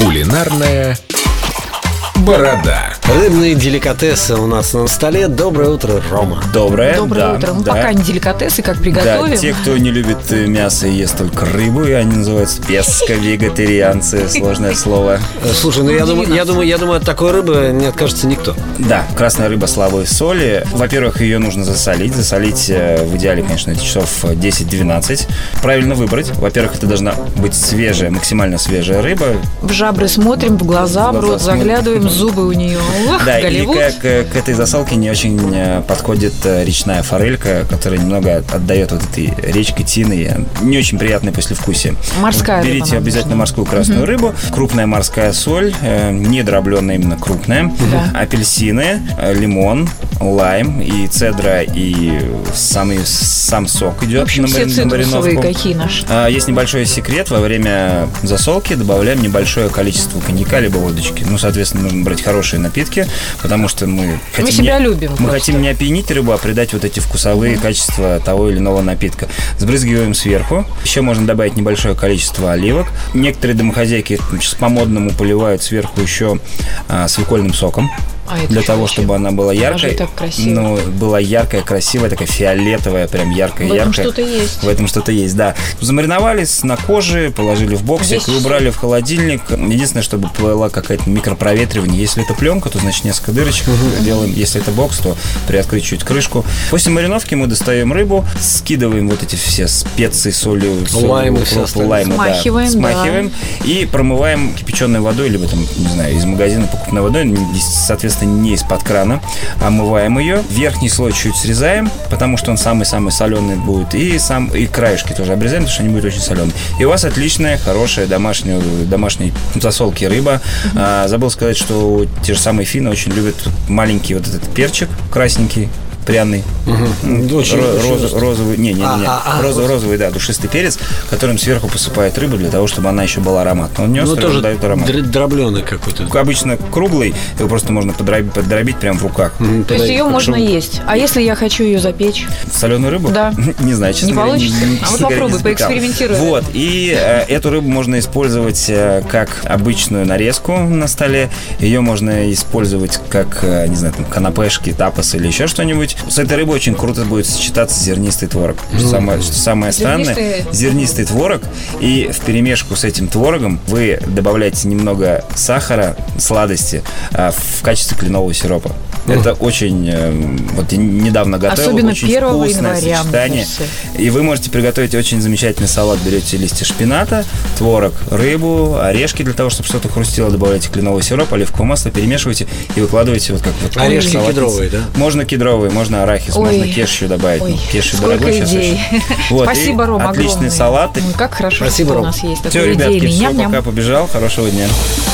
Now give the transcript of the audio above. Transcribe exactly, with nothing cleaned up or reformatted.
Кулинарная борода. Рыбные деликатесы у нас на столе. Доброе утро, Рома. Доброе. Доброе да, утро. Ну, да. пока не деликатесы, как приготовим. Да, те, кто не любит мясо и ест только рыбу, и они называются песко-вегетарианцы. Сложное слово. Слушай, ну я думаю, я думаю, я думаю, от такой рыбы не откажется никто. Да, красная рыба слабой соли. Во-первых, ее нужно засолить. Засолить в идеале, конечно, это часов десять-двенадцать. Правильно выбрать. Во-первых, это должна быть свежая, максимально свежая рыба. В жабры смотрим, в глаза, в, В глаза рот заглядываем, зубы у нее. Ох, Да, Голливуд. и к, к, к этой засолке не очень подходит речная форелька, которая немного отдает вот этой речкой, тиной. Не очень приятное послевкусие. Морская рыба. Берите обязательно нужна. Морскую красную угу. рыбу, крупная морская соль, не дробленая, именно крупная, да. апельсины, лимон, лайм и цедра, и самый, сам сок идет. В общем, на, все на маринадку. Какие наши. Есть небольшой секрет. Во время засолки добавляем небольшое количество коньяка либо водочки. Ну, соответственно, нужно брать хорошие напитки, потому что мы хотим, мы себя не, любим. Мы просто. хотим не опьянить рыбу, а придать вот эти вкусовые mm-hmm. качества того или иного напитка. Сбрызгиваем сверху. Еще можно добавить небольшое количество оливок. Некоторые домохозяйки сейчас по-модному поливают сверху еще а, свекольным соком. А для того, чтобы она была яркой. Ну, была яркая, красивая, такая фиолетовая, прям яркая, яркая. В этом что-то есть. В этом что-то есть, да. Замариновались на коже, положили в боксик Здесь и убрали в холодильник. Единственное, чтобы была какая-то микропроветривание. Если это пленка, то, значит, несколько дырочек uh-huh. делаем. Если это бокс, то приоткрыть чуть крышку. После мариновки мы достаем рыбу, скидываем вот эти все специи, солью, лайм, лайм смахиваем, да, смахиваем да. и промываем кипяченой водой, либо там, не знаю, из магазина покупной водой, соответственно, не из-под крана, омываем ее. Верхний слой чуть срезаем, потому что он самый-самый соленый будет. И, сам, и краешки тоже обрезаем, потому что они будут очень соленые. И у вас отличная, хорошая домашняя, домашняя засолки рыба. Mm-hmm. А, забыл сказать, что те же самые финны очень любят маленький вот этот перчик красненький, пряный, угу. очень, Ро- очень роз- розовый, не, не, не, не. А, а, Роз- а, розовый, да, душистый перец, которым сверху посыпают рыбу для того, чтобы она еще была ароматной. Он не острый, ну, тоже дает аромат. дробленый какой-то. Обычно круглый, его просто можно подробить, подробить прямо в руках. Mm-hmm. То есть ее можно шум. есть. А если я хочу ее запечь? Соленую рыбу? Да. Не знаю, честно не говоря. получится? Не, а вот попробуй, поэкспериментируй. Вот, и э, эту рыбу можно использовать э, как обычную нарезку на столе. Ее можно использовать как, э, не знаю, там, канапешки, тапасы или еще что-нибудь. С этой рыбой очень круто будет сочетаться зернистый творог. Что самое, что самое странное, зернистый... зернистый творог. И вперемешку с этим творогом вы добавляете немного сахара, сладости а, в качестве кленового сиропа. Mm. Это очень... Э, вот я недавно готовил. Особенно очень первого вкусное января, сочетание. И вы можете приготовить очень замечательный салат. Берете листья шпината, творог, рыбу, орешки для того, чтобы что-то хрустело. Добавляете кленовый сироп, оливковое масло, перемешиваете и выкладываете вот как вот. Орешки кедровые, да? Можно кедровые, можно арахис, Ой. можно кешью добавить. Ой. Кешью Сколько дорогой сейчас. идей. Вот. Спасибо, Рома, отличный огромный. салат. Ой, как хорошо, Спасибо, что Ром. у нас есть Все, такой ребятки, идейный. все, Ням-ням. пока побежал. Хорошего дня.